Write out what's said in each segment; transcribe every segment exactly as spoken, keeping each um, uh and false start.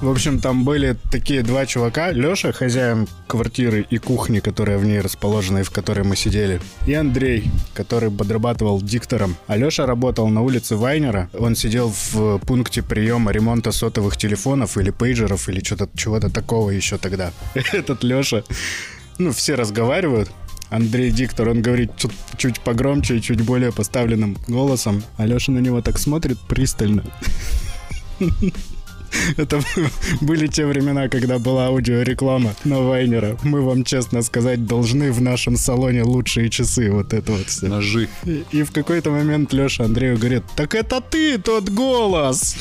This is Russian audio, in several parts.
В общем, там были такие два чувака. Леша, хозяин квартиры и кухни, которая в ней расположена и в которой мы сидели. И Андрей, который подрабатывал диктором. А Леша работал на улице Вайнера. Он сидел в пункте приема ремонта сотовых телефонов или пейджеров, или что-то, чего-то такого еще тогда. Этот Леша, ну, все разговаривают. Андрей диктор, он говорит чуть, чуть погромче и чуть более поставленным голосом. А Леша на него так смотрит пристально. Это были те времена, когда была аудиореклама на Вайнера. Мы вам, честно сказать, должны в нашем салоне лучшие часы. Вот это вот все. Ножи. И, и в какой-то момент Леша Андрею говорит: так это ты, тот голос!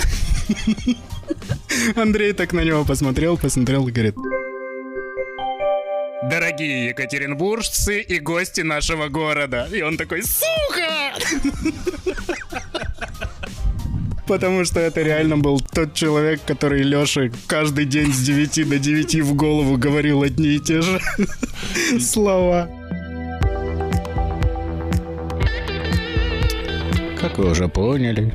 Андрей так на него посмотрел, посмотрел и говорит: дорогие екатеринбуржцы и гости нашего города. И он такой: сука! Потому что это реально был тот человек, который Лёше каждый день с девяти до девяти в голову говорил одни и те же слова. Как вы уже поняли.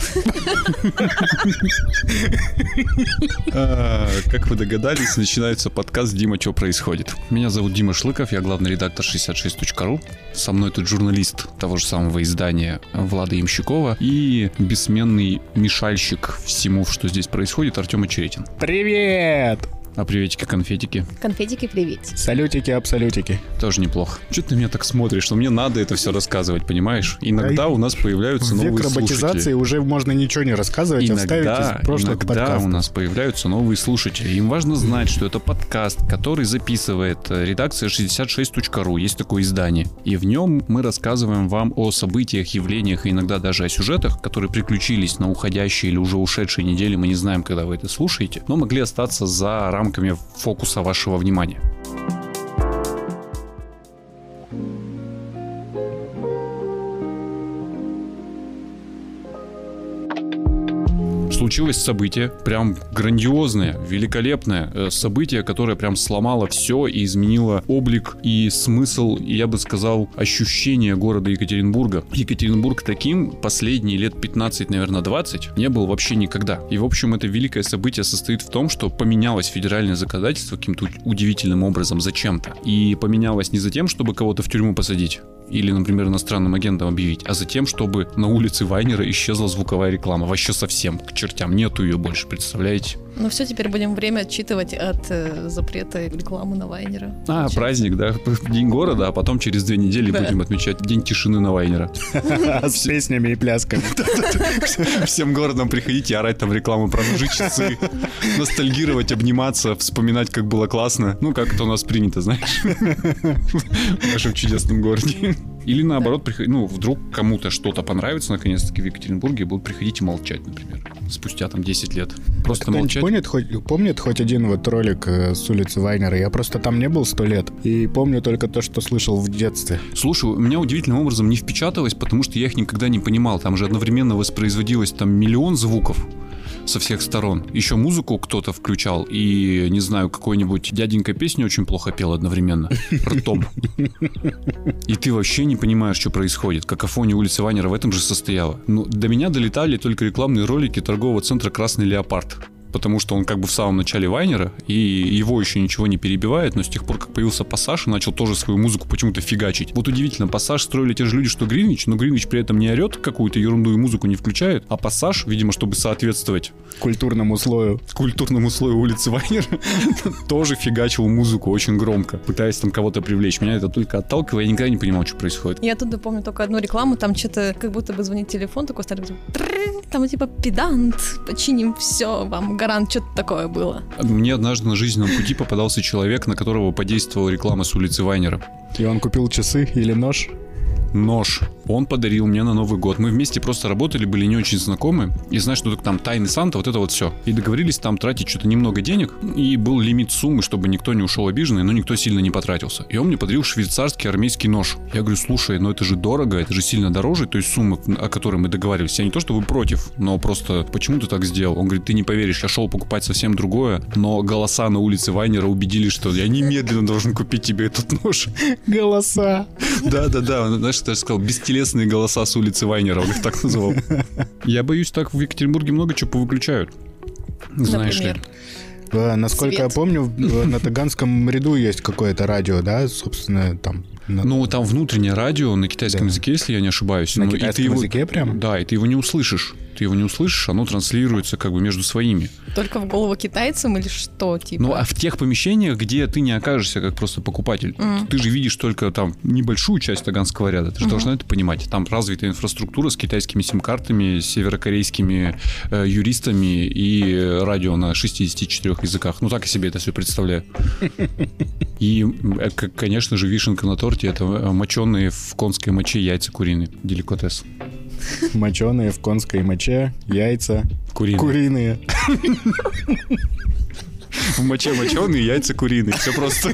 А, как вы догадались, начинается подкаст «Дима, что происходит?». Меня зовут Дима Шлыков, я главный редактор шестьдесят шесть точка ру. Со мной тут журналист того же самого издания Влада Ямщикова и бессменный мешальщик всему, что здесь происходит, Артем Очеретин. Привет! А приветики-конфетики? Конфетики, привет. Салютики, абсолютики. Тоже неплохо. Че ты на меня так смотришь? Что мне надо это все рассказывать, понимаешь? Иногда а у нас появляются новые слушатели. В век роботизации уже можно ничего не рассказывать, иногда, а вставить из прошлых иногда подкастов. У нас появляются новые слушатели. Им важно знать, что это подкаст, который записывает редакция шестьдесят шесть точка ру. Есть такое издание. И в нем мы рассказываем вам о событиях, явлениях и иногда даже о сюжетах, которые приключились на уходящей или уже ушедшей неделе. Мы не знаем, когда вы это слушаете, но могли остаться за рамками фокуса вашего внимания. Случилось событие, прям грандиозное, великолепное событие, которое прям сломало все и изменило облик и смысл, и я бы сказал, ощущение города Екатеринбурга. Екатеринбург таким последние лет пятнадцать, наверное, двадцать не был вообще никогда. И, в общем, это великое событие состоит в том, что поменялось федеральное законодательство каким-то удивительным образом зачем-то. И поменялось не за тем, чтобы кого-то в тюрьму посадить или, например, иностранным агентом объявить, а за тем, чтобы на улице Вайнера исчезла звуковая реклама. Вообще совсем к чертям. Нету ее больше, представляете? Ну все, теперь будем время отчитывать от э, запрета рекламы на Вайнера. А, получается. Праздник, да? День города, а потом через две недели да. будем отмечать День тишины на Вайнера. С песнями и плясками. Всем городом приходите, орать там рекламу про ножи, часы, ностальгировать, обниматься, вспоминать, как было классно. Ну, как это у нас принято, знаешь, в нашем чудесном городе. Или наоборот, да. приход... ну, вдруг кому-то что-то понравится наконец-таки в Екатеринбурге, будут приходить и молчать, например, спустя там десять лет. Просто молчать. Помнит хоть, помнит хоть один вот ролик с улицы Вайнера? Я просто там не был сто лет. И помню только то, что слышал в детстве. Слушай, у меня удивительным образом не впечаталось, потому что я их никогда не понимал. Там же одновременно воспроизводилось там миллион звуков со всех сторон. Еще музыку кто-то включал, и, не знаю, какой-нибудь дяденька песню очень плохо пел одновременно, ртом. И ты вообще не понимаешь, что происходит. Какофония улицы Вайнера в этом же состояла. Ну, до меня долетали только рекламные ролики торгового центра «Красный леопард». Потому что он как бы в самом начале Вайнера, и его еще ничего не перебивает, но с тех пор, как появился Пассаж, начал тоже свою музыку почему-то фигачить. Вот удивительно, Пассаж строили те же люди, что Гринвич, но Гринвич при этом не орет какую-то ерунду и музыку не включает, а Пассаж, видимо, чтобы соответствовать культурному слою, культурному слою улицы Вайнера, тоже фигачил музыку очень громко, пытаясь там кого-то привлечь. Меня это только отталкивало, я никогда не понимал, что происходит. Я оттуда помню только одну рекламу, там что-то как будто бы звонит телефон, такой старый, там типа педант, починим все, вам гарант, что-то такое было. Мне однажды на жизненном пути попадался человек, на которого подействовала реклама с улицы Вайнера. И он купил часы или нож? Нож. Он подарил мне на Новый год. Мы вместе просто работали, были не очень знакомы. И знаешь, что там тайный Санта, вот это вот все. И договорились там тратить что-то немного денег. И был лимит суммы, чтобы никто не ушел обиженный, но никто сильно не потратился. И он мне подарил швейцарский армейский нож. Я говорю, слушай, ну это же дорого, это же сильно дороже. То есть сумма, о которой мы договаривались. Я не то чтобы против, но просто почему ты так сделал? Он говорит, ты не поверишь, я шел покупать совсем другое, но голоса на улице Вайнера убедили, что я немедленно должен купить тебе этот нож. Голоса. Да-да-да, знаешь, ты сказал, бестелесные голоса с улицы Вайнера, он их так называл. Я боюсь, так в Екатеринбурге много чего повыключают. знаешь ли. Э, Насколько Свет. я помню, в- на Таганском ряду есть какое-то радио, да, собственно, там. на- Ну, там внутреннее радио на китайском Да. языке, если я не ошибаюсь. На Ну, и ты китайском его- языке прям? Да, и ты его не услышишь. Ты его не услышишь, оно транслируется как бы между своими. Только в голову китайцам или что, типа? Ну, а в тех помещениях, где ты не окажешься как просто покупатель, Мгм. ты же видишь только там небольшую часть Таганского ряда, ты же Мгм. должна это понимать. Там развитая инфраструктура с китайскими сим-картами, с северокорейскими э, юристами и э, радио на шестидесяти четырёх языках. Ну, так я себе это все представляю. И, э, к- конечно же, вишенка на торте — это э, моченые в конской моче яйца куриные. Деликатес. Моченые в конской моче, яйца, Куриные. куриные. В моче моченые, яйца куриные. Все просто.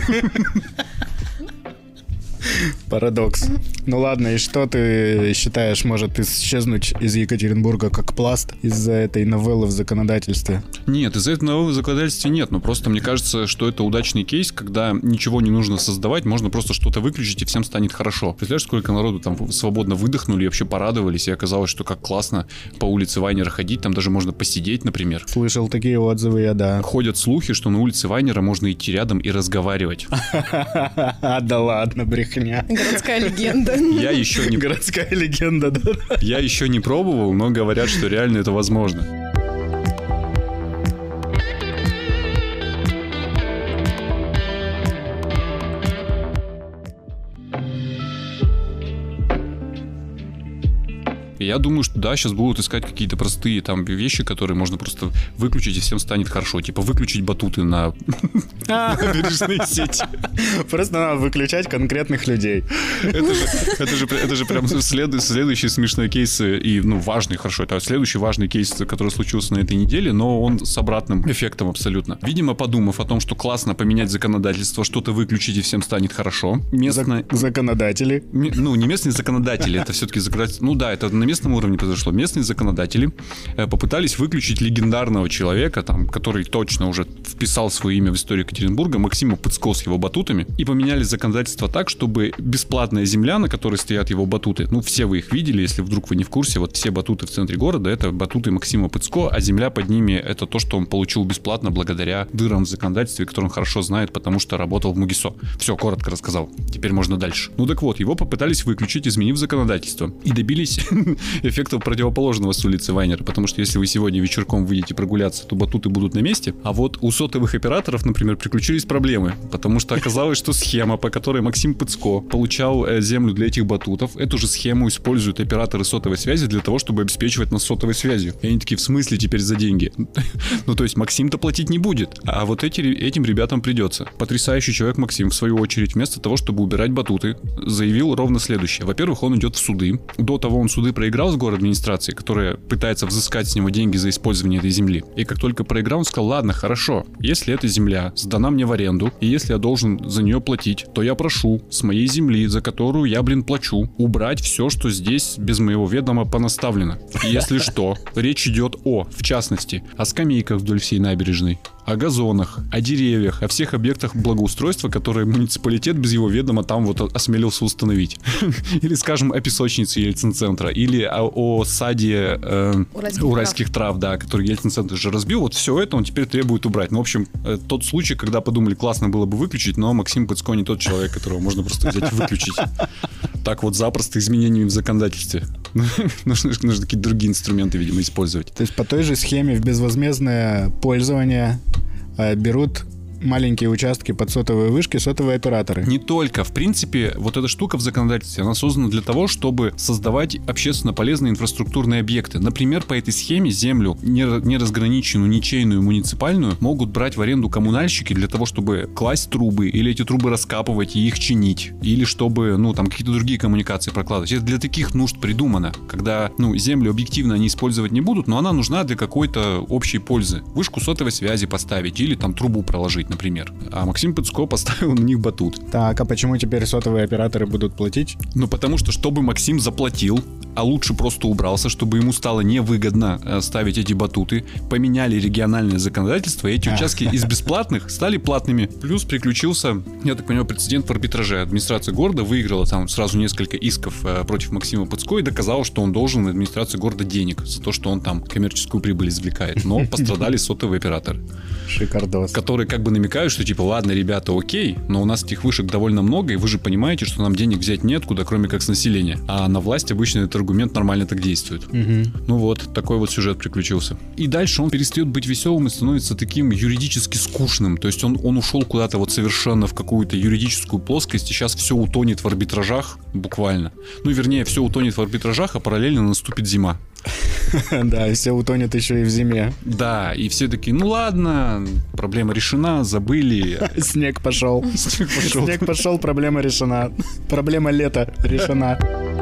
Парадокс. Ну ладно, и что ты считаешь, может исчезнуть из Екатеринбурга как пласт из-за этой новеллы в законодательстве? Нет, из-за этого нового законодательства нет. Но просто мне кажется, что это удачный кейс, когда ничего не нужно создавать, можно просто что-то выключить, и всем станет хорошо. Представляешь, сколько народу там свободно выдохнули и вообще порадовались, и оказалось, что как классно по улице Вайнера ходить, там даже можно посидеть, например. Слышал такие отзывы я, да. Ходят слухи, что на улице Вайнера можно идти рядом и разговаривать. Да ладно, брехня. Городская легенда. Я еще не, Городская легенда, да. я еще не пробовал, но говорят, что реально это возможно. И я думаю, что да, сейчас будут искать какие-то простые там вещи, которые можно просто выключить, и всем станет хорошо. Типа выключить батуты на набережной сети. Просто надо выключать конкретных людей. Это же, это же, это же прям след- следующий смешной кейс и, ну, важный, хорошо, это следующий важный кейс, который случился на этой неделе, но он с обратным эффектом абсолютно. Видимо, подумав о том, что классно поменять законодательство, что-то выключить и всем станет хорошо, местно... Зак- Законодатели. Ми- Ну, не местные законодатели, это все-таки законодательство. Ну да, это на местном уровне произошло. Местные законодатели э, попытались выключить легендарного человека, там, который точно уже вписал свое имя в историю Екатеринбурга, Максима Пыцко с его батутами, и поменяли законодательство так, чтобы бесплатная земля, на которой стоят его батуты, ну, все вы их видели, если вдруг вы не в курсе, вот все батуты в центре города — это батуты Максима Пыцко, а земля под ними — это то, что он получил бесплатно благодаря дырам в законодательстве, которые он хорошо знает, потому что работал в МУГИСО. Все, коротко рассказал. Теперь можно дальше. Ну так вот, его попытались выключить, изменив законодательство, и добились эффекта противоположного с улицы Вайнера, потому что если вы сегодня вечерком выйдете прогуляться, то батуты будут на месте, а вот у сотовых операторов, например, приключились проблемы, потому что оказалось, что схема, по которой Максим Пыцко получал э, землю для этих батутов, эту же схему используют операторы сотовой связи для того, чтобы обеспечивать нас сотовой связью. И они такие: в смысле теперь за деньги? Ну, то есть Максим-то платить не будет, а вот эти, этим ребятам придется. Потрясающий человек Максим, в свою очередь, вместо того, чтобы убирать батуты, заявил ровно следующее. Во-первых, он идет в суды. До того он суды проиграл с город администрации, которая пытается взыскать с него деньги за использование этой земли. И как только проиграл, он сказал: ладно, хорошо, если эта земля сдана мне в аренду, и если я должен за нее платить, то я прошу с моей земли, за которую я, блин, плачу, убрать все, что здесь без моего ведома понаставлено. И если что, речь идет о, в частности, о скамейках вдоль всей набережной, о газонах, о деревьях, о всех объектах благоустройства, которые муниципалитет без его ведома там вот осмелился установить. Или, скажем, о песочнице Ельцин-центра, или о, о саде э, Уральских уральских трав, да, который Ельцин-центр же разбил. Вот все это он теперь требует убрать. Ну, в общем, э, тот случай, когда подумали, классно было бы выключить, но Максим Пыцко не тот человек, которого можно просто взять и выключить. Так вот запросто изменениями в законодательстве. Нужно, нужно какие-то другие инструменты, видимо, использовать. То есть по той же схеме в безвозмездное пользование э, берут маленькие участки под сотовые вышки сотовые операторы. Не только. В принципе, вот эта штука в законодательстве, она создана для того, чтобы создавать общественно полезные инфраструктурные объекты. Например, по этой схеме землю, не разграниченную, ничейную, муниципальную, могут брать в аренду коммунальщики для того, чтобы класть трубы, или эти трубы раскапывать и их чинить, или чтобы, ну, там, какие-то другие коммуникации прокладывать. Это для таких нужд придумано, когда, ну, землю объективно они использовать не будут, но она нужна для какой-то общей пользы. Вышку сотовой связи поставить или там трубу проложить, например. А Максим Пыцко поставил на них батут. Так, а почему теперь сотовые операторы будут платить? Ну, потому что, чтобы Максим заплатил, а лучше просто убрался, чтобы ему стало невыгодно ставить эти батуты. Поменяли региональное законодательство, и эти участки из бесплатных стали платными. Плюс приключился, я так понимаю, прецедент в арбитраже. Администрация города выиграла там сразу несколько исков против Максима Пыцко и доказала, что он должен администрации города денег за то, что он там коммерческую прибыль извлекает. Но пострадали сотовые операторы. Шикардос. Которые как бы намекают, что типа, ладно, ребята, окей, но у нас этих вышек довольно много, и вы же понимаете, что нам денег взять неоткуда, кроме как с населения. А на власть обычно этот аргумент нормально так действует. Угу. Ну вот, такой вот сюжет приключился. И дальше он перестает быть веселым и становится таким юридически скучным. То есть он, он ушел куда-то вот совершенно в какую-то юридическую плоскость, и сейчас все утонет в арбитражах, буквально. Ну, вернее, все утонет в арбитражах, а параллельно наступит зима. Да, и все утонет еще и в зиме. Да, и все такие, ну ладно, проблема решена, забыли. Снег пошел. Снег пошел. Снег пошел, проблема решена. Проблема лета решена.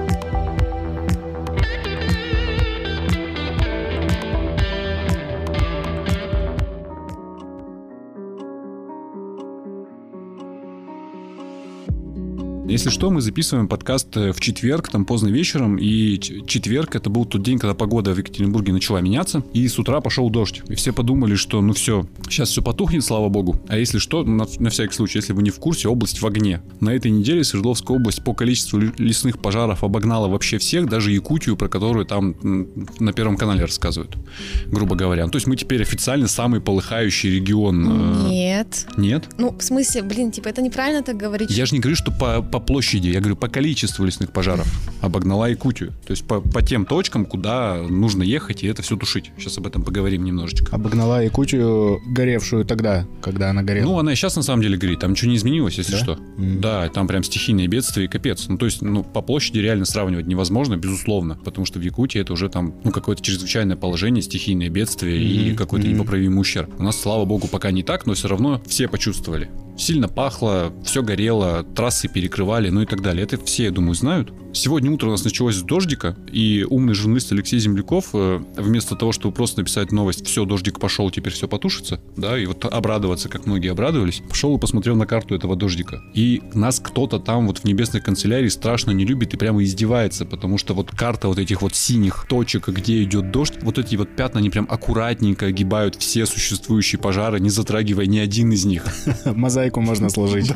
Если что, мы записываем подкаст в четверг, там поздно вечером, и четверг это был тот день, когда погода в Екатеринбурге начала меняться, и с утра пошел дождь. И все подумали, что ну все, сейчас все потухнет, слава богу. А если что, на, на всякий случай, если вы не в курсе, область в огне. На этой неделе Свердловская область по количеству лесных пожаров обогнала вообще всех, даже Якутию, про которую там на Первом канале рассказывают, грубо говоря. То есть мы теперь официально самый полыхающий регион. Нет. Нет? Ну, в смысле, блин, типа это неправильно так говорить. Я же не говорю, что по, по площади, я говорю, по количеству лесных пожаров обогнала Якутию. То есть по, по тем точкам, куда нужно ехать и это все тушить. Сейчас об этом поговорим немножечко. Обогнала Якутию, горевшую тогда, когда она горела. Ну, она и сейчас на самом деле горит. Там ничего не изменилось, если да? что. Mm. Да, там прям стихийные бедствия и капец. Ну, то есть, ну, по площади реально сравнивать невозможно, безусловно. Потому что в Якутии это уже там, ну, какое-то чрезвычайное положение, стихийные бедствия mm-hmm. и какой-то mm-hmm. непоправимый ущерб. У нас, слава богу, пока не так, но все равно все почувствовали. Сильно пахло, все горело, трассы перекрывали, ну и так далее. Это все, я думаю, знают. Сегодня утром у нас началось с дождика, и умный журналист Алексей Земляков, вместо того, чтобы просто написать новость «все, дождик пошел, теперь все потушится», да, и вот обрадоваться, как многие обрадовались, пошел и посмотрел на карту этого дождика. И нас кто-то там вот в небесной канцелярии страшно не любит и прямо издевается, потому что вот карта вот этих вот синих точек, где идет дождь, вот эти вот пятна, они прям аккуратненько огибают все существующие пожары, не затрагивая ни один из них. Мозаику можно сложить.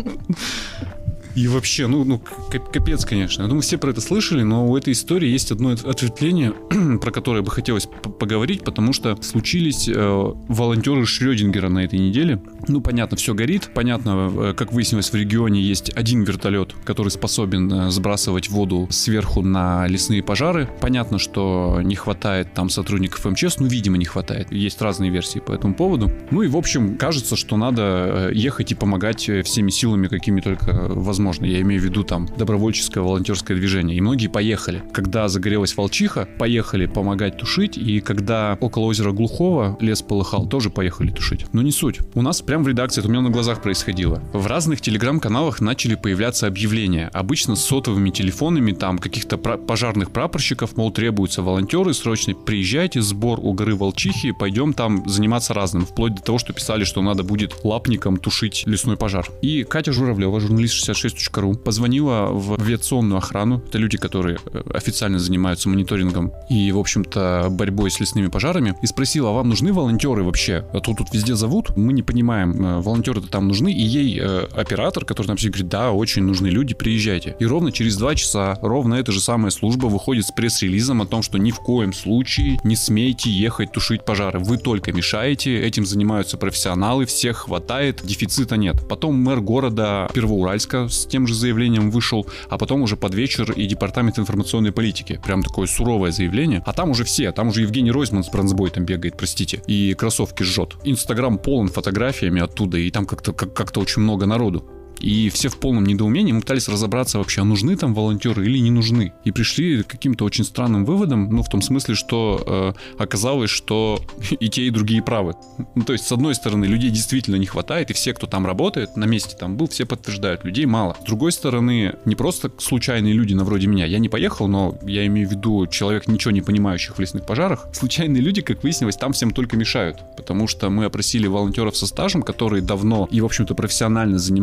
И вообще, ну, ну, капец, конечно. Я думаю, все про это слышали, но у этой истории есть одно ответвление, про которое бы хотелось поговорить, потому что случились э, волонтеры Шрёдингера на этой неделе. Ну, понятно, все горит. Понятно, как выяснилось, в регионе есть один вертолет, который способен сбрасывать воду сверху на лесные пожары. Понятно, что не хватает там сотрудников эм че эс, ну, видимо, не хватает. Есть разные версии по этому поводу. Ну и, в общем, кажется, что надо ехать и помогать всеми силами, какими только возможно. Я имею в виду там добровольческое волонтерское движение. И многие поехали. Когда загорелась Волчиха, поехали помогать тушить. И когда около озера Глухого лес полыхал, тоже поехали тушить. Но не суть. У нас прямо в редакции, это у меня на глазах происходило. В разных телеграм-каналах начали появляться объявления. Обычно с сотовыми телефонами там каких-то про- пожарных прапорщиков, мол, требуются волонтеры, срочно приезжайте, сбор у горы Волчихи, пойдем там заниматься разным. Вплоть до того, что писали, что надо будет лапником тушить лесной пожар. И Катя Журавлева, журналист шестьдесят шесть точка ру, позвонила в авиационную охрану. Это люди, которые официально занимаются мониторингом и, в общем-то, борьбой с лесными пожарами. И спросила, а вам нужны волонтеры вообще? А то тут везде зовут, мы не понимаем, волонтеры-то там нужны. И ей э, оператор, который нам все говорит, да, очень нужны люди, приезжайте. И ровно через два часа, ровно эта же самая служба выходит с пресс-релизом о том, что ни в коем случае не смейте ехать тушить пожары. Вы только мешаете, этим занимаются профессионалы, всех хватает, дефицита нет. Потом мэр города Первоуральска с тем же заявлением вышел, а потом уже под вечер и департамент информационной политики. Прям такое суровое заявление. А там уже все, там уже Евгений Ройзман с бронзбой там бегает, простите, и кроссовки жжет. Инстаграм полон фотографиями оттуда, и там как-то, как- как-то очень много народу. И все в полном недоумении. Мы пытались разобраться вообще, а нужны там волонтеры или не нужны. И пришли к каким-то очень странным выводам, ну, в том смысле, что э, оказалось, что и те, и другие правы. Ну, то есть, с одной стороны, людей действительно не хватает, и все, кто там работает, на месте там был, все подтверждают, людей мало. С другой стороны, не просто случайные люди, на вроде меня. Я не поехал, но я имею в виду человек, ничего не понимающих в лесных пожарах. Случайные люди, как выяснилось, там всем только мешают. Потому что мы опросили волонтеров со стажем, которые давно и, в общем-то, профессионально занимаются помощью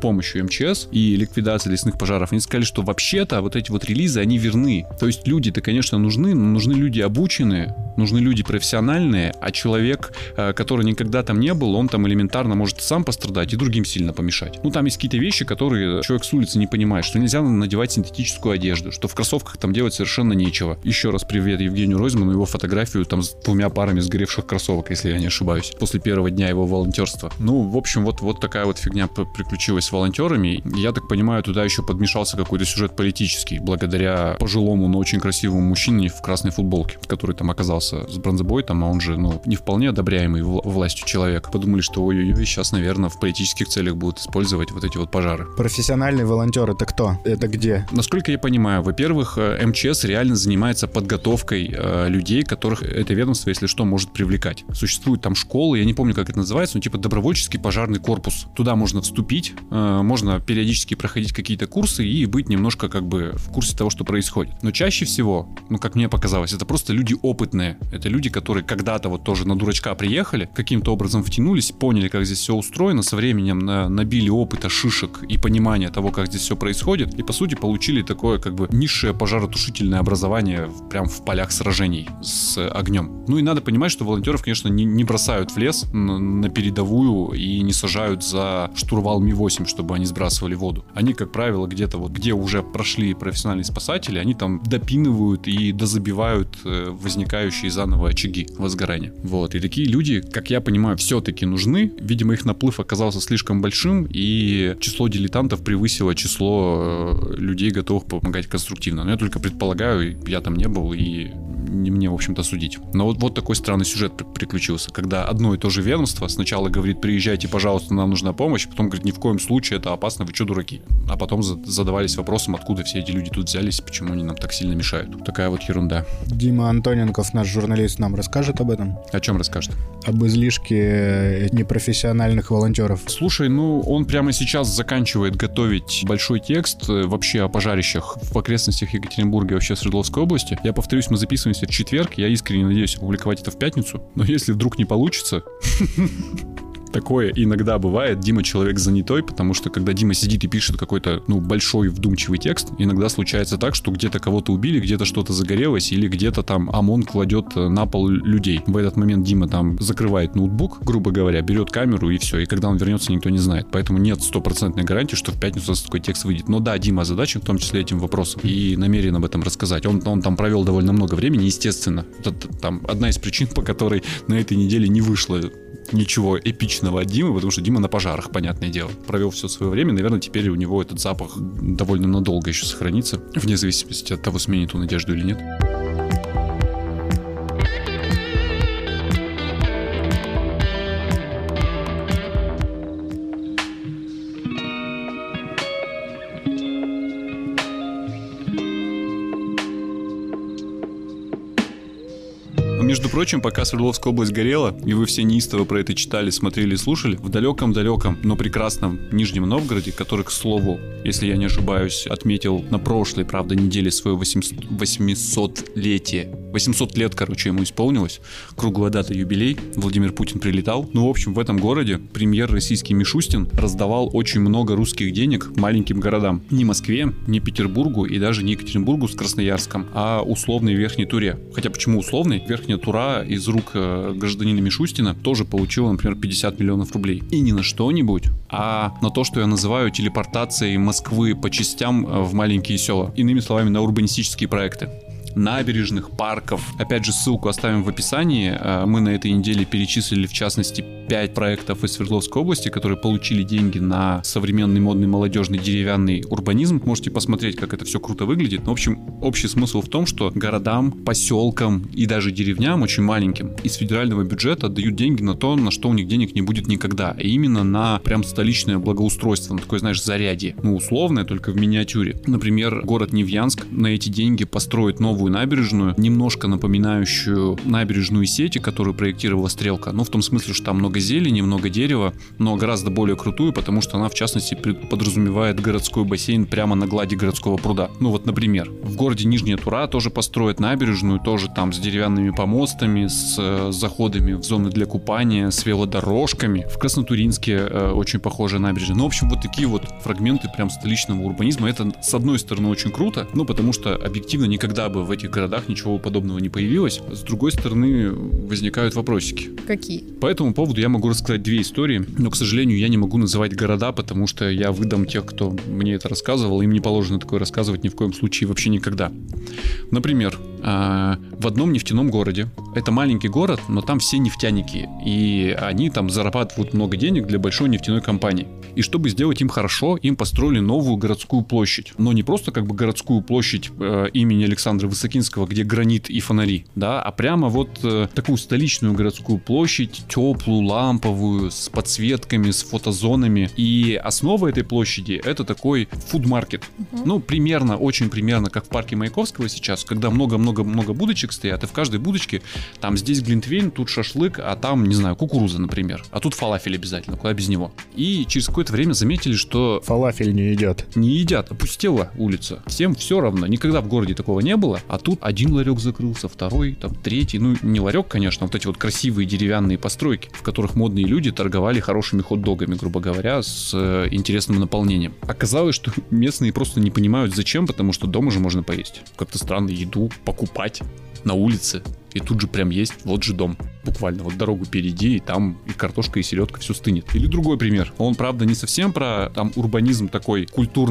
помощью эм че эс и ликвидацией лесных пожаров, они сказали, что вообще-то вот эти вот релизы, они верны. То есть люди-то, конечно, нужны, но нужны люди обученные, нужны люди профессиональные, а человек, который никогда там не был, он там элементарно может сам пострадать и другим сильно помешать. Ну, там есть какие-то вещи, которые человек с улицы не понимает, что нельзя надевать синтетическую одежду, что в кроссовках там делать совершенно нечего. Еще раз привет Евгению Ройзману, его фотографию там с двумя парами сгоревших кроссовок, если я не ошибаюсь, после первого дня его волонтерства. Ну, в общем, вот, вот такая вот фигня приключилась с волонтерами. Я так понимаю, туда еще подмешался какой-то сюжет политический, благодаря пожилому, но очень красивому мужчине в красной футболке, который там оказался с бронзобойтом, а он же, ну, не вполне одобряемый властью человек. Подумали, что ой-ой-ой, сейчас, наверное, в политических целях будут использовать вот эти вот пожары. Профессиональный волонтер — это кто? Это где? Насколько я понимаю, во-первых, эм че эс реально занимается подготовкой э, людей, которых это ведомство, если что, может привлекать. Существуют там школы, я не помню, как это называется, но типа добровольческий пожарный корпус. Туда можно вступить, э, можно периодически проходить какие-то курсы и быть немножко как бы в курсе того, что происходит. Но чаще всего, ну как мне показалось, это просто люди опытные. Это люди, которые когда-то вот тоже на дурачка приехали, каким-то образом втянулись, поняли, как здесь все устроено, со временем на, набили опыта, шишек и понимания того, как здесь все происходит, и по сути получили такое как бы низшее пожаротушительное образование прям в полях сражений с огнем. Ну и надо понимать, что волонтеров, конечно, не, не бросают в лес на, на передовую и не сажают за штурвал Ми восемь, чтобы они сбрасывали воду. Они, как правило, где-то вот, где уже прошли профессиональные спасатели, они там допинывают и дозабивают возникающие заново очаги возгорания. Вот. И такие люди, как я понимаю, все-таки нужны. Видимо, их наплыв оказался слишком большим, и число дилетантов превысило число людей, готовых помогать конструктивно. Но я только предполагаю, я там не был, и не мне, в общем-то, судить. Но вот, вот такой странный сюжет приключился, когда одно и то же ведомство сначала говорит: приезжайте, пожалуйста, нам нужна помощь, потом говорит: ни в коем случае, это опасно, вы что, дураки? А потом задавались вопросом, откуда все эти люди тут взялись, почему они нам так сильно мешают. Такая вот ерунда. Дима Антоненков, наш журналист, нам расскажет об этом? О чем расскажет? Об излишке непрофессиональных волонтеров. Слушай, ну он прямо сейчас заканчивает готовить большой текст вообще о пожарищах в окрестностях Екатеринбурга и вообще Свердловской области. Я повторюсь, мы записываемся в четверг, я искренне надеюсь опубликовать это в пятницу, но если вдруг не получится... Такое иногда бывает. Дима человек занятой, потому что когда Дима сидит и пишет какой-то, ну, большой вдумчивый текст, иногда случается так, что где-то кого-то убили, где-то что-то загорелось, или где-то там ОМОН кладет на пол людей. В этот момент Дима там закрывает ноутбук, грубо говоря, берет камеру и все. И когда он вернется, никто не знает. Поэтому нет стопроцентной гарантии, что в пятницу такой текст выйдет. Но да, Дима озадачен в том числе этим вопросом и намерен об этом рассказать. Он, он там провел довольно много времени, естественно. Это там одна из причин, по которой на этой неделе не вышло ничего эпичного от Димы, потому что Дима на пожарах, понятное дело. Провел все свое время, наверное, теперь у него этот запах довольно надолго еще сохранится, вне зависимости от того, сменит он одежду или нет. Между прочим, пока Свердловская область горела, и вы все неистово про это читали, смотрели и слушали, в далеком-далеком, но прекрасном Нижнем Новгороде, который, к слову, если я не ошибаюсь, отметил на прошлой, правда, неделе свое восьмисотлетие. восемьсот лет, короче, ему исполнилось. Круглая дата, юбилей. Владимир Путин прилетал. Ну, в общем, в этом городе премьер российский Мишустин раздавал очень много русских денег маленьким городам. Не Москве, не Петербургу и даже не Екатеринбургу с Красноярском, а условной Верхней Туре. Хотя почему условной? Верхняя Тура из рук гражданина Мишустина тоже получила, например, пятьдесят миллионов рублей. И не на что-нибудь, а на то, что я называю телепортацией Москвы по частям в маленькие села. Иными словами, на урбанистические проекты. Набережных, парков. Опять же, ссылку оставим в описании. Мы на этой неделе перечислили, в частности, пять проектов из Свердловской области, которые получили деньги на современный, модный, молодежный, деревянный урбанизм. Можете посмотреть, как это все круто выглядит. В общем, общий смысл в том, что городам, поселкам и даже деревням, очень маленьким, из федерального бюджета отдают деньги на то, на что у них денег не будет никогда. И именно на прям столичное благоустройство, на такое, знаешь, зарядье. Ну, условное, только в миниатюре. Например, город Невьянск на эти деньги построит новую красивую набережную, немножко напоминающую набережную Сети, которую проектировала Стрелка. Ну, в том смысле, что там много зелени, много дерева, но гораздо более крутую, потому что она, в частности, подразумевает городской бассейн прямо на глади городского пруда. Ну, вот, например, в городе Нижняя Тура тоже построят набережную, тоже там с деревянными помостами, с э, заходами в зоны для купания, с велодорожками. В Краснотуринске э, очень похожая набережная. Ну, в общем, вот такие вот фрагменты прям столичного урбанизма. Это, с одной стороны, очень круто, ну, потому что объективно никогда бы в этих городах ничего подобного не появилось. С другой стороны, возникают вопросики. Какие? По этому поводу я могу рассказать две истории, но, к сожалению, я не могу называть города, потому что я выдам тех, кто мне это рассказывал, им не положено такое рассказывать ни в коем случае вообще никогда. Например, в одном нефтяном городе, это маленький город, но там все нефтяники, и они там зарабатывают много денег для большой нефтяной компании. И чтобы сделать им хорошо, им построили новую городскую площадь. Но не просто как бы городскую площадь э, имени Александра Высокинского, где гранит и фонари, да, а прямо вот э, такую столичную городскую площадь, теплую, ламповую, с подсветками, с фотозонами. И основа этой площади — это такой фудмаркет. Uh-huh. Ну, примерно, очень примерно, как в парке Маяковского сейчас, когда много-много-много будочек стоят, и в каждой будочке там здесь глинтвейн, тут шашлык, а там, не знаю, кукуруза, например. А тут фалафель обязательно, куда без него. И через какое-то время заметили, что... Фалафель не едят. Не едят, опустела улица. Всем все равно. Никогда в городе такого не было. А тут один ларек закрылся, второй, там, третий. Ну, не ларек, конечно, а вот эти вот красивые деревянные постройки, в которых модные люди торговали хорошими хот-догами, грубо говоря, с э, интересным наполнением. Оказалось, что местные просто не понимают, зачем, потому что дома же можно поесть. Как-то странно еду покупать на улице. И тут же прям есть, вот же дом. Буквально вот дорогу перейди, и там и картошка, и селедка, все стынет. Или другой пример. Он, правда, не совсем про там урбанизм такой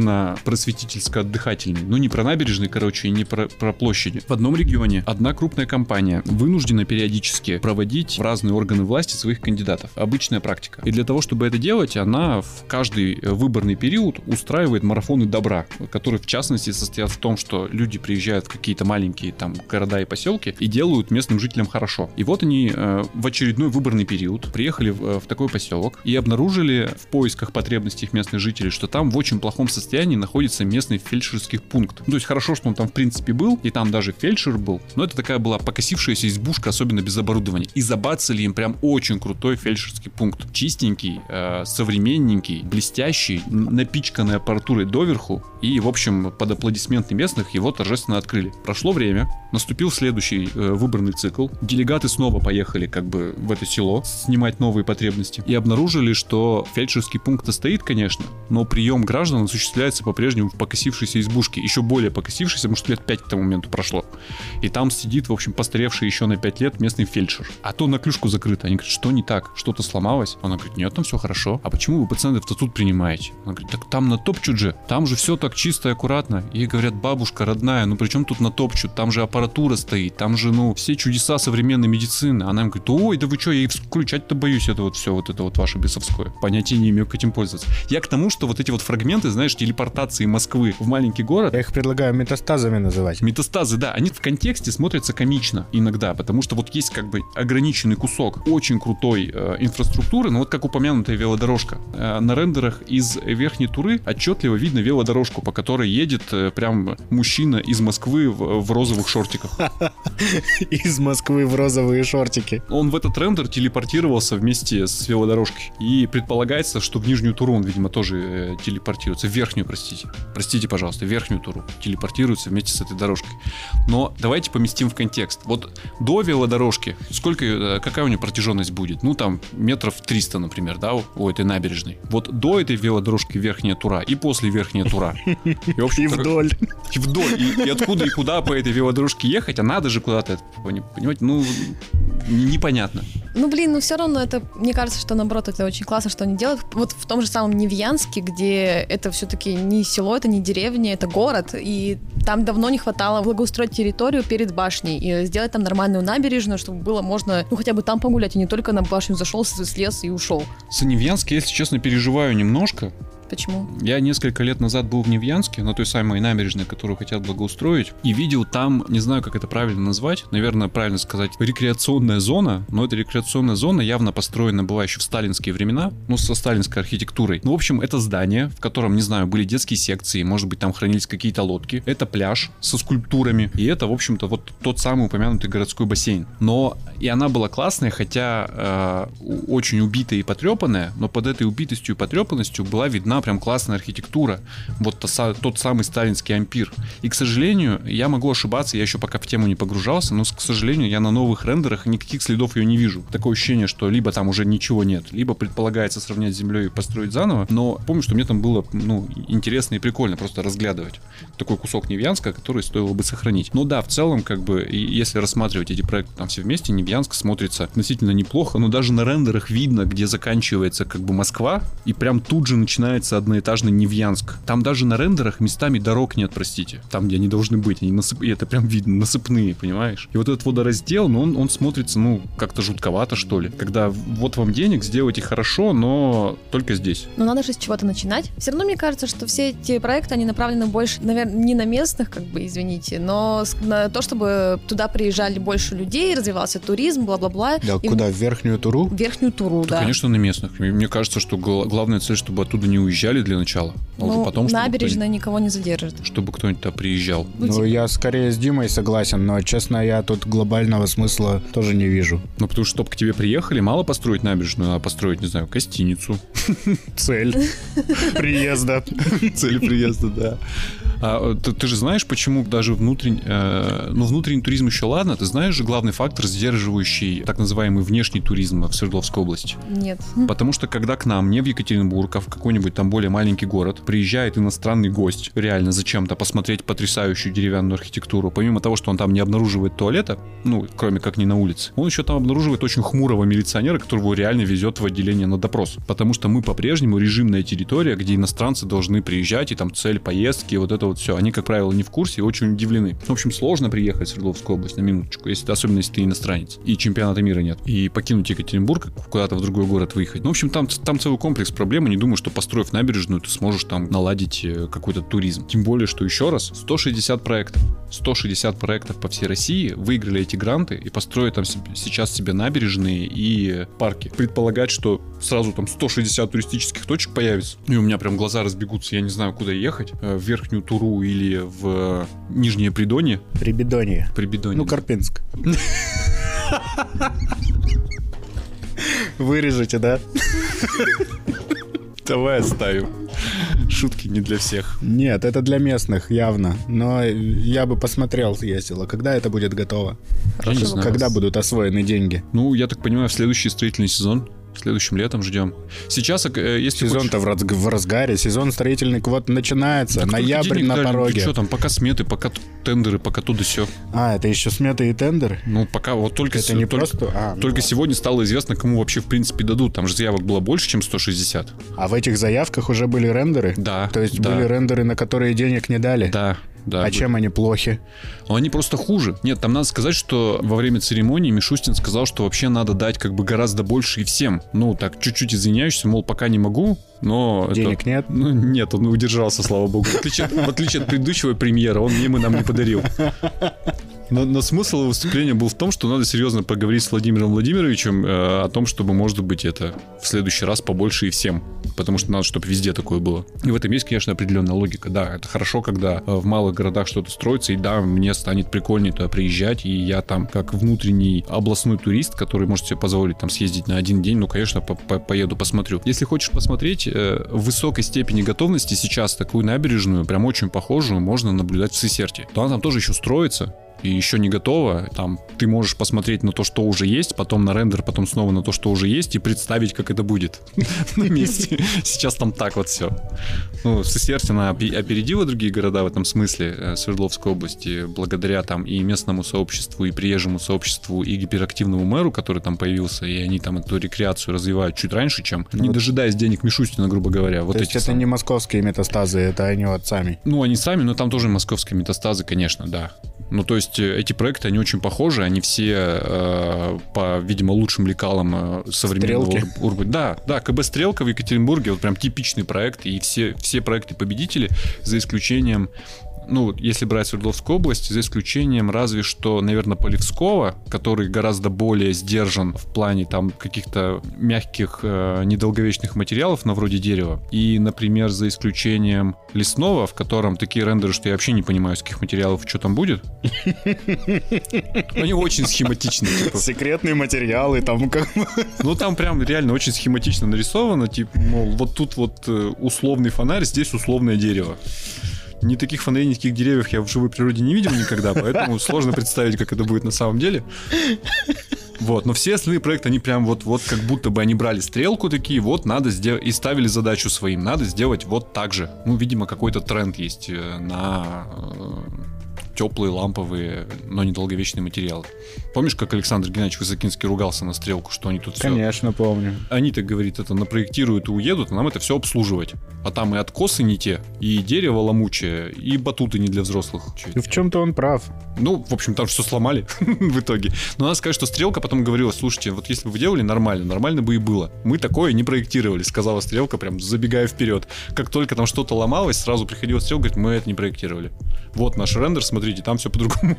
культурно-просветительско-отдыхательный. Ну, не про набережные, короче, и не про, про площади. В одном регионе одна крупная компания вынуждена периодически проводить в разные органы власти своих кандидатов. Обычная практика. И для того, чтобы это делать, она в каждый выборный период устраивает марафоны добра, которые, в частности, состоят в том, что люди приезжают в какие-то маленькие там города и поселки и делают местным жителям хорошо. И вот они э, в очередной выборный период приехали в, в такой поселок и обнаружили в поисках потребностей местных жителей, что там в очень плохом состоянии находится местный фельдшерский пункт. Ну, то есть хорошо, что он там в принципе был, и там даже фельдшер был, но это такая была покосившаяся избушка, особенно без оборудования. И забацали им прям очень крутой фельдшерский пункт. Чистенький, э, современненький, блестящий, напичканный аппаратурой доверху. И, в общем, под аплодисменты местных его торжественно открыли. Прошло время, наступил следующий э, выборный цикл. Делегаты снова поехали как бы в это село снимать новые потребности и обнаружили, что фельдшерский пункт стоит, конечно, но прием граждан осуществляется по-прежнему в покосившейся избушке, еще более покосившейся, потому что лет пять к тому моменту прошло. И там сидит, в общем, постаревший еще на пять лет местный фельдшер. А то на клюшку закрыто. Они говорят, что не так? Что-то сломалось? Она говорит, нет, там все хорошо. А почему вы пациентов-то тут принимаете? Она говорит, так там натопчут же. Там же все так чисто и аккуратно. Ей говорят, бабушка родная, ну при чем тут натопчут? Там же аппаратура стоит, там же, ну, все чудеса современной медицины. Она им говорит, ой, да вы что, я и включать-то боюсь, это вот все, вот это вот ваше бесовское. Понятия не имею, как этим пользоваться. Я к тому, что вот эти вот фрагменты, знаешь, телепортации Москвы в маленький город. Я их предлагаю метастазами называть. Метастазы, да, они в контексте смотрятся комично иногда, потому что вот есть как бы ограниченный кусок очень крутой э, инфраструктуры, ну вот как упомянутая велодорожка. Э, на рендерах из Верхней Туры отчетливо видно велодорожку, по которой едет э, прям мужчина из Москвы в, в розовых шортиках. Из Москвы в розовые шортики. Он в этот рендер телепортировался вместе с велодорожкой. И предполагается, что в Нижнюю Туру он, видимо, тоже э, телепортируется. В Верхнюю, простите. Простите, пожалуйста, в Верхнюю Туру телепортируется вместе с этой дорожкой. Но давайте поместим в контекст. Вот до велодорожки сколько, э, какая у нее протяженность будет? Ну, там, метров триста, например, да, у, у этой набережной. Вот до этой велодорожки Верхняя Тура и после Верхняя Тура. И, в общем, и вдоль. И вдоль. И, и откуда и куда по этой велодорожке ехать, а надо же куда-то, понимаете, ну, непонятно. Ну, блин, ну все равно это, мне кажется, что наоборот, это очень классно, что они делают. Вот в том же самом Невьянске, где это все-таки не село, это не деревня, это город, и там давно не хватало благоустроить территорию перед башней и сделать там нормальную набережную, чтобы было можно, ну, хотя бы там погулять, а не только на башню зашел, слез и ушел. За Невьянск я, если честно, переживаю немножко, Почему? Я несколько лет назад был в Невьянске, на той самой набережной, которую хотят благоустроить, и видел там, не знаю, как это правильно назвать, наверное, правильно сказать, рекреационная зона, но эта рекреационная зона явно построена была еще в сталинские времена, ну, со сталинской архитектурой. Ну, в общем, это здание, в котором, не знаю, были детские секции, может быть, там хранились какие-то лодки, это пляж со скульптурами, и это, в общем-то, вот тот самый упомянутый городской бассейн. Но и она была классная, хотя э, очень убитая и потрепанная, но под этой убитостью и потрепанностью была видна прям классная архитектура, вот та, тот самый сталинский ампир. И, к сожалению, я могу ошибаться, я еще пока в тему не погружался, но, к сожалению, я на новых рендерах никаких следов ее не вижу. Такое ощущение, что либо там уже ничего нет, либо предполагается сравнять с землей и построить заново, но помню, что мне там было, ну, интересно и прикольно просто разглядывать такой кусок Невьянска, который стоило бы сохранить. Но да, в целом, как бы, если рассматривать эти проекты там все вместе, Невьянск смотрится относительно неплохо, но даже на рендерах видно, где заканчивается как бы Москва, и прям тут же начинается одноэтажный Невьянск. Там даже на рендерах местами дорог нет, простите. Там, где они должны быть. Они насып... И это прям видно, насыпные, понимаешь? И вот этот водораздел, ну, он, он смотрится, ну, как-то жутковато, что ли. Когда вот вам денег, сделайте хорошо, но только здесь. Но надо же с чего-то начинать. Все равно мне кажется, что все эти проекты, они направлены больше, наверное, не на местных, как бы, извините, но на то, чтобы туда приезжали больше людей, развивался туризм, бла-бла-бла. Да, и куда? В Верхнюю Туру? В Верхнюю Туру, да. да. Конечно, на местных. Мне кажется, что главная цель, чтобы оттуда не уезжали для начала. А ну, уже потом, набережная никого не задержит. Чтобы кто-нибудь туда приезжал. Ну, ну я скорее с Димой согласен, но, честно, я тут глобального смысла тоже не вижу. Ну, потому что, чтобы к тебе приехали, мало построить набережную, а построить, не знаю, гостиницу. Цель приезда. Цель приезда, да. А, ты, ты же знаешь, почему даже внутренний, э, ну, внутренний туризм еще ладно, ты знаешь же главный фактор, сдерживающий так называемый внешний туризм в Свердловской области? Нет. Потому что когда к нам, не в Екатеринбург, а в какой-нибудь там более маленький город, приезжает иностранный гость, реально зачем-то посмотреть потрясающую деревянную архитектуру, помимо того, что он там не обнаруживает туалета, ну, кроме как не на улице, он еще там обнаруживает очень хмурого милиционера, которого реально везет в отделение на допрос. Потому что мы по-прежнему режимная территория, где иностранцы должны приезжать, и там цель поездки, вот это вот все. Они, как правило, не в курсе и очень удивлены. В общем, сложно приехать в Свердловскую область, на минуточку, если, особенно если ты иностранец. И чемпионата мира нет. И покинуть Екатеринбург, куда-то в другой город выехать. Ну, в общем, там, там целый комплекс проблем. И не думаю, что, построив набережную, ты сможешь там наладить какой-то туризм. Тем более, что еще раз, сто шестьдесят проектов. сто шестьдесят проектов по всей России выиграли эти гранты и построят там сейчас себе набережные и парки. Предполагать, что сразу там сто шестьдесят туристических точек появится. И у меня прям глаза разбегутся. Я не знаю, куда ехать. В Верхнюю Туру или в Нижнее Придонье. Прибедонье. Прибедонье. Ну, Карпинск. Вырежете, да? Давай оставим. Шутки не для всех. Нет, это для местных, явно. Но я бы посмотрел, съездил. А когда это будет готово? Я не знаю. Когда будут освоены деньги? Ну, я так понимаю, в следующий строительный сезон. Следующим летом ждем. Сейчас, если сезон-то хочешь... в разгаре, сезон строительный вот начинается, так ноябрь на пороге. Ты что там, пока сметы, пока тендеры, пока туда все. А, это еще сметы и тендеры? Ну, пока вот только, это не только, просто... а, ну, только сегодня стало известно, кому вообще в принципе дадут. Там же заявок было больше, чем сто шестьдесят. А в этих заявках уже были рендеры? Да. То есть да. были рендеры, на которые денег не дали? Да. Да, а были. Чем они плохи? Они просто хуже. Нет, там надо сказать, что во время церемонии Мишустин сказал, что вообще надо дать как бы гораздо больше и всем. Ну, так, чуть-чуть извиняешься, мол, пока не могу, но... Денег это... нет? Ну, нет, он удержался, слава богу. В отличие, в отличие от предыдущего премьера, он ему нам не подарил. Но, но смысл выступления был в том, что надо серьезно поговорить с Владимиром Владимировичем э, о том, чтобы, может быть, это в следующий раз побольше и всем. Потому что надо, чтобы везде такое было. И в этом есть, конечно, определенная логика. Да, это хорошо, когда в малых городах что-то строится, и да, мне станет прикольнее туда приезжать, и я там, как внутренний областной турист, который может себе позволить там съездить на один день, ну, конечно, по -по поеду, посмотрю. Если хочешь посмотреть, э, в высокой степени готовности сейчас такую набережную, прям очень похожую, можно наблюдать в Сысерте. То она там тоже еще строится. И еще не готово, там ты можешь посмотреть на то, что уже есть, потом на рендер, потом снова на то, что уже есть, и представить, как это будет на месте. Сейчас там так вот все. Ну, Сысерть, она опередила другие города в этом смысле, Свердловской области, благодаря там и местному сообществу, и приезжему сообществу, и гиперактивному мэру, который там появился, и они там эту рекреацию развивают чуть раньше, чем не дожидаясь денег Мишустина, грубо говоря. Вот то есть это не московские метастазы, это они вот сами? Ну, они сами, но там тоже московские метастазы, конечно, да. Ну, то есть есть эти проекты, они очень похожи, они все э, по, видимо, лучшим лекалам э, современного урбана. Да, да, КБ «Стрелка» в Екатеринбурге, вот прям типичный проект, и все, все проекты-победители, за исключением, ну, если брать Свердловскую область, за исключением разве что, наверное, Полевского, который гораздо более сдержан в плане там каких-то мягких, э, недолговечных материалов, на вроде дерева. И, например, за исключением Лесного, в котором такие рендеры, что я вообще не понимаю, с каких материалов, что там будет. Они очень схематичны. Секретные материалы там как... Ну, там прям реально очень схематично нарисовано, типа, мол, вот тут вот условный фонарь, здесь условное дерево. Ни таких фонарей, ни таких деревьев я в живой природе не видел никогда, поэтому сложно представить, как это будет на самом деле. Вот, но все остальные проекты, они прям вот, вот как будто бы они брали стрелку такие, вот надо сделать, и ставили задачу своим, надо сделать вот так же. Ну, видимо, какой-то тренд есть на теплые, ламповые, но недолговечные материалы. Помнишь, как Александр Геннадьевич Высокинский ругался на стрелку, что они тут все... Конечно, помню. Они, так говорит, это напроектируют и уедут, а нам это все обслуживать. А там и откосы не те, и дерево ломучее, и батуты не для взрослых. И в чем-то он прав. Ну, в общем, там все сломали в итоге. Но надо сказать, что Стрелка потом говорила: слушайте, вот если бы вы делали нормально, нормально бы и было. Мы такое не проектировали, сказала Стрелка, прям забегая вперед. Как только там что-то ломалось, сразу приходила Стрелка, говорит: мы это не проектировали. Вот наш рендер, смотрите, там все по-другому.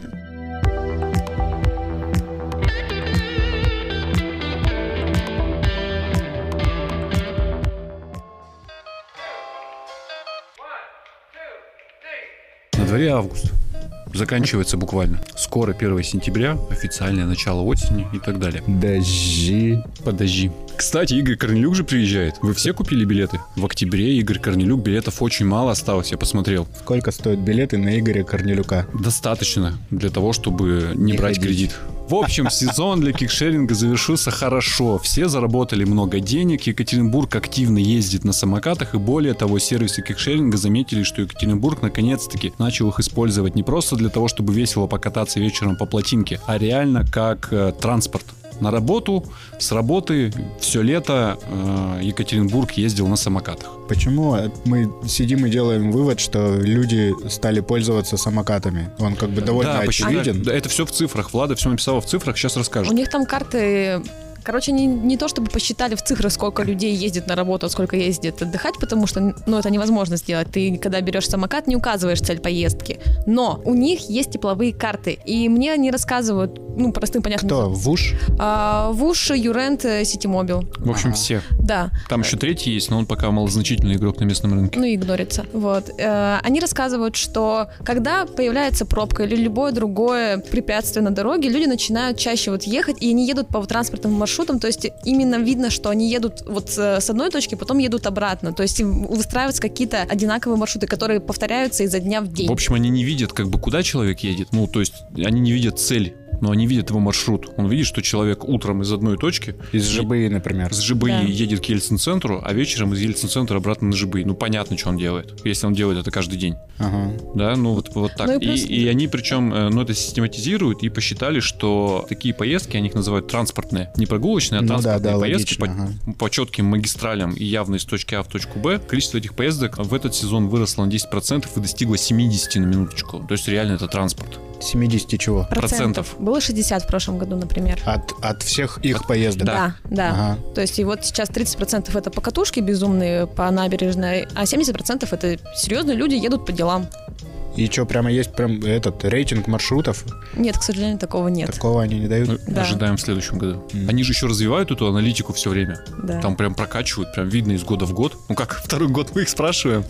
На дворе август. Заканчивается буквально. Скоро первое сентября, официальное начало осени и так далее. Дожди. Подожди. Кстати, Игорь Корнелюк же приезжает. Вы все купили билеты? В октябре Игорь Корнелюк, билетов очень мало осталось, я посмотрел. Сколько стоят билеты на Игоря Корнелюка? Достаточно для того, чтобы не, не брать ходить. Кредит. В общем, сезон для кикшеринга завершился хорошо. Все заработали много денег. Екатеринбург активно ездит на самокатах. И более того, сервисы кикшеринга заметили, что Екатеринбург наконец-таки начал их использовать не просто для того, чтобы весело покататься вечером по плотинке, а реально как э, транспорт. На работу, с работы все лето э, Екатеринбург ездил на самокатах. Почему мы сидим и делаем вывод, что люди стали пользоваться самокатами? Он как бы довольно да, очевиден. Да, это все в цифрах. Влада все написала в цифрах, сейчас расскажет. У них там карты... Короче, не, не то чтобы посчитали в цифрах, сколько людей ездит на работу, а сколько ездит отдыхать, потому что, ну, это невозможно сделать. Ты, когда берешь самокат, не указываешь цель поездки. Но у них есть тепловые карты. И мне они рассказывают, ну, простым, понятным... Кто? ВУШ? А, ВУШ, Юрент, Ситимобил. В общем, ага. все. Да. Там еще третий есть, но он пока малозначительный игрок на местном рынке. Ну, игнорится. Вот. Они рассказывают, что когда появляется пробка или любое другое препятствие на дороге, люди начинают чаще вот ехать, и они едут по транспортным маршрутам. То есть именно видно, что они едут вот с одной точки, потом едут обратно. То есть выстраиваются какие-то одинаковые маршруты, которые повторяются изо дня в день. В общем, они не видят, как бы, куда человек едет. Ну, то есть они не видят цель, но они видят его маршрут. Он видит, что человек утром из одной точки... Из ЖБИ, например. Из ЖБИ да. едет к Ельцин-центру, а вечером из Ельцин-центра обратно на ЖБИ. Ну, понятно, что он делает, если он делает это каждый день. Ага. Да, ну вот, вот так. Ну, и, и, просто... и они причем, ну, это систематизируют и посчитали, что такие поездки, они их называют транспортные. Не прогулочные, а транспортные ну, да, да, поездки логично, по, ага. по четким магистралям и явно из точки А в точку Б. Количество этих поездок в этот сезон выросло на десять процентов и достигло семьдесят на минуточку. То есть реально это транспорт. семьдесят чего? Процентов. Было шестьдесят в прошлом году, например. От, от всех их от... поездок? Да, да. Ага. То есть и вот сейчас тридцать процентов это покатушки безумные по набережной, а семьдесят процентов это серьезные люди едут по делам. И что, прямо есть прям этот рейтинг маршрутов? Нет, к сожалению, такого нет. Такого они не дают? Ну, да. Ожидаем в следующем году. Mm. Они же еще развивают эту аналитику все время. Да. Там прям прокачивают, прям видно из года в год. Ну как, второй год мы их спрашиваем.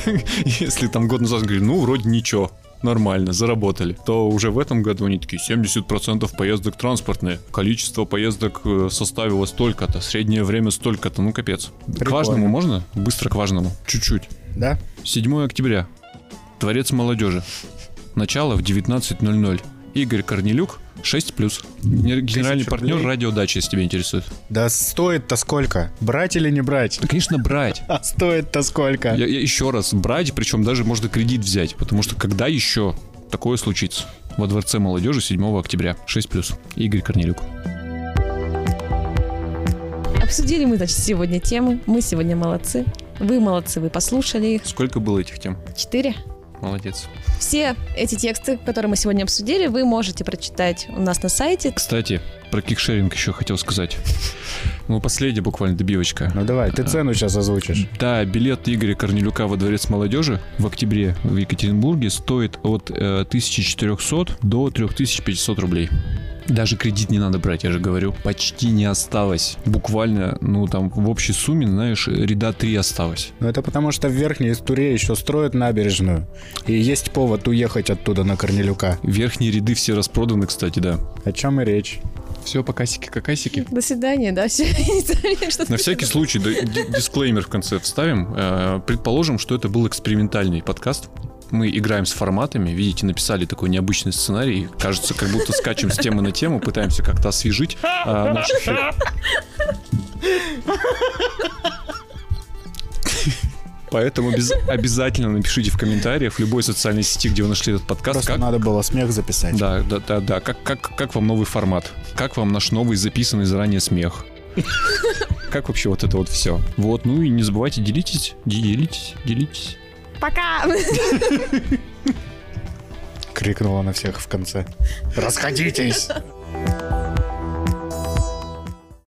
Если там год назад говорили, ну вроде ничего. Нормально, заработали. То уже в этом году они такие: семьдесят процентов поездок транспортные. Количество поездок составило столько-то. Среднее время столько-то. Ну, капец. Прикольно. К важному можно? Быстро к важному. Чуть-чуть. Да? седьмое октября. Дворец молодежи. Начало в девятнадцать ноль ноль. Игорь Корнелюк, шесть плюс. Генеральный партнер «Радио Дача», если тебя интересует. Да стоит-то сколько? Брать или не брать? Да, конечно, брать. А стоит-то сколько? Я, я еще раз, брать, причем даже можно кредит взять, потому что когда еще такое случится? Во Дворце молодежи седьмого октября, шесть плюс. Игорь Корнелюк. Обсудили мы, значит, сегодня темы. Мы сегодня молодцы. Вы молодцы, вы послушали их. Сколько было этих тем? Четыре. Молодец. Все эти тексты, которые мы сегодня обсудили, вы можете прочитать у нас на сайте. Кстати, про кикшеринг еще хотел сказать. Ну, последняя буквально добивочка. Ну давай, ты цену сейчас озвучишь. Да, билет Игоря Корнелюка во Дворец молодежи в октябре в Екатеринбурге стоит от э, тысяча четыреста до три тысячи пятьсот рублей. Даже кредит не надо брать, я же говорю. Почти не осталось. Буквально, ну там в общей сумме, знаешь, ряда три осталось. Ну это потому, что в Верхней Туре еще строят набережную. И есть повод уехать оттуда на Корнелюка. Верхние ряды все распроданы, кстати, да. О чем и речь. Все, покасики-какасики. До свидания, да, все. На всякий случай дисклеймер в конце вставим. Предположим, что это был экспериментальный подкаст. Мы играем с форматами, видите, написали такой необычный сценарий. Кажется, как будто скачем с темы на тему, пытаемся как-то освежить а, наш эфир. Поэтому без, обязательно напишите в комментариях в любой социальной сети, где вы нашли этот подкаст. Просто как... надо было смех записать. Да, да, да, да. Как, как, как вам новый формат? Как вам наш новый записанный заранее смех? Как вообще вот это вот все? Вот, ну и не забывайте, делитесь, делитесь, делитесь. Пока! Крикнула на всех в конце. Расходитесь!